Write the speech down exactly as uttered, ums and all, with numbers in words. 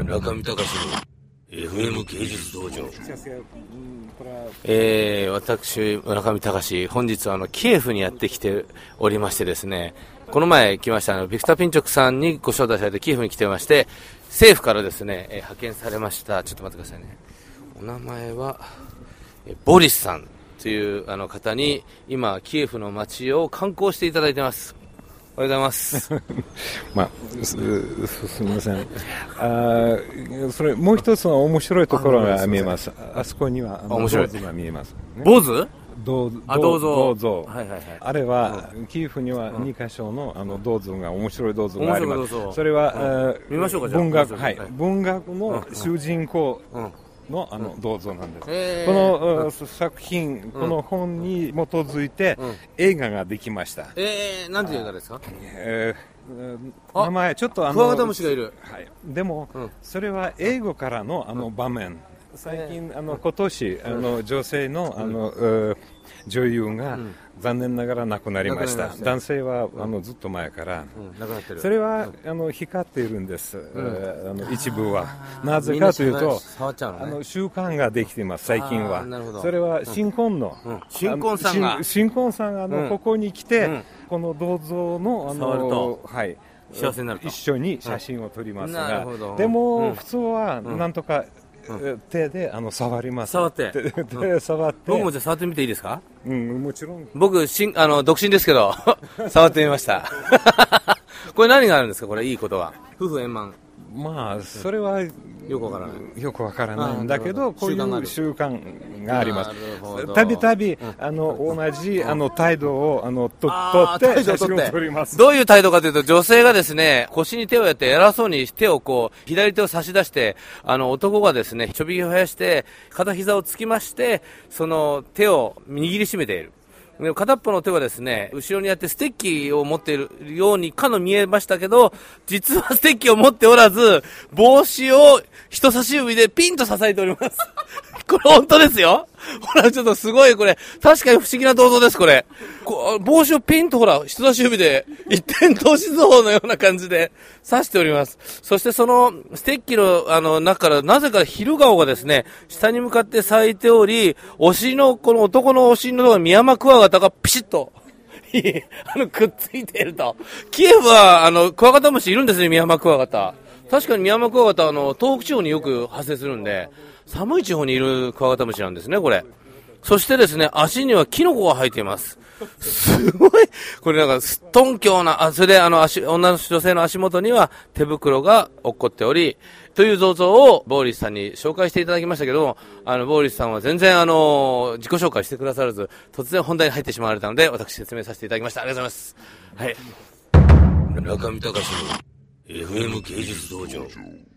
中見隆の エフエム 芸術道場。えー、私村上隆、本日はあのキエフにやってきておりましてですね、この前来ましたあのビクター・ピンチョクさんにご招待されてキエフに来てまして、政府からですね、えー、派遣されました。ちょっと待ってくださいね。お名前はえボリスさんというあの方に今キエフの街を観光していただいてます。おはようございます。 まあ、す, すみません。あそれもう一つの面白いところが見えます。あそこにはあの銅像が見えます、ね。 坊主？ 銅像。はいはいはい。あれは、うん、キエフにはにか所のあの銅像が面白い銅像があります。それは、うん、 見ましょうかじゃあ。 文学はい文学の主人公。うんうんのあの銅像なんです、 えー、 この、うん、作品、うん、この本に基づいて、うん、映画ができました。 えー、何ていう映画ですか？ えー、名前ちょっとあのクワガタムシがいる、 はい、でも、うん、それは英語からのあの場面、うん、最近あの今年あの女性のあの、うん、女優が、うん、残念ながら亡くなりました。男性はあのずっと前から、うん、亡くなってる。それは、うん、あの光っているんです、うん、あの一部は。なぜかというと、あの習慣ができています最近は。それは新婚の、 うん、新婚さんが新婚さんがあの、うん、ここに来て、うん、この銅像のあのはい、 幸せになると一緒に写真を撮りますが、 うん、 でも、うん、普通はなんとか、うん、手であの触ります。 触って、 で触って。 僕もじゃあ触ってみていいですか？ うん、もちろん。 僕しんあの独身ですけど触ってみました。これ何があるんですか？これいいことは。夫婦円満。 まあそれはよくわからない。 よくわからないんだけど、こういう習慣があります。たびたびあの同じあの態度をあのと取って写真を撮ります。 どういう態度かというと、女性がですね腰に手をやって偉そうに手をこう左手を差し出して、あの男がですねちょびひげを生やして片膝をつきまして、その手を握りしめている。片っぽの手はですね後ろにやってステッキを持っているようにかの見えましたけど、実はステッキを持っておらず帽子を人差し指でピンと支えております。これ本当ですよ。ほらちょっとすごい、これ確かに不思議な銅像です。これこ帽子をピンとほら人差し指で一点透視図法のような感じで刺しております。そしてそのステッキのあの中からなぜか昼顔がですね下に向かって咲いており、お尻のこの男のお尻のところにミヤマクワガタがピシッとあのくっついていると。キエフはあのクワガタムシいるんですね、ミヤマクワガタ。確かにミヤマクワガタはあの東北地方によく発生するんで、寒い地方にいるクワガタムシなんですね、これ。そしてですね、足にはキノコが生えています。すごい、これなんか、頓強な、あ、それであの足、女の女性の足元には手袋が落っこっており、という銅像をボーリスさんに紹介していただきましたけども、あの、ボーリスさんは全然あの、自己紹介してくださらず、突然本題に入ってしまわれたので、私説明させていただきました。ありがとうございます。はい。中見隆の エフエム 芸術道場。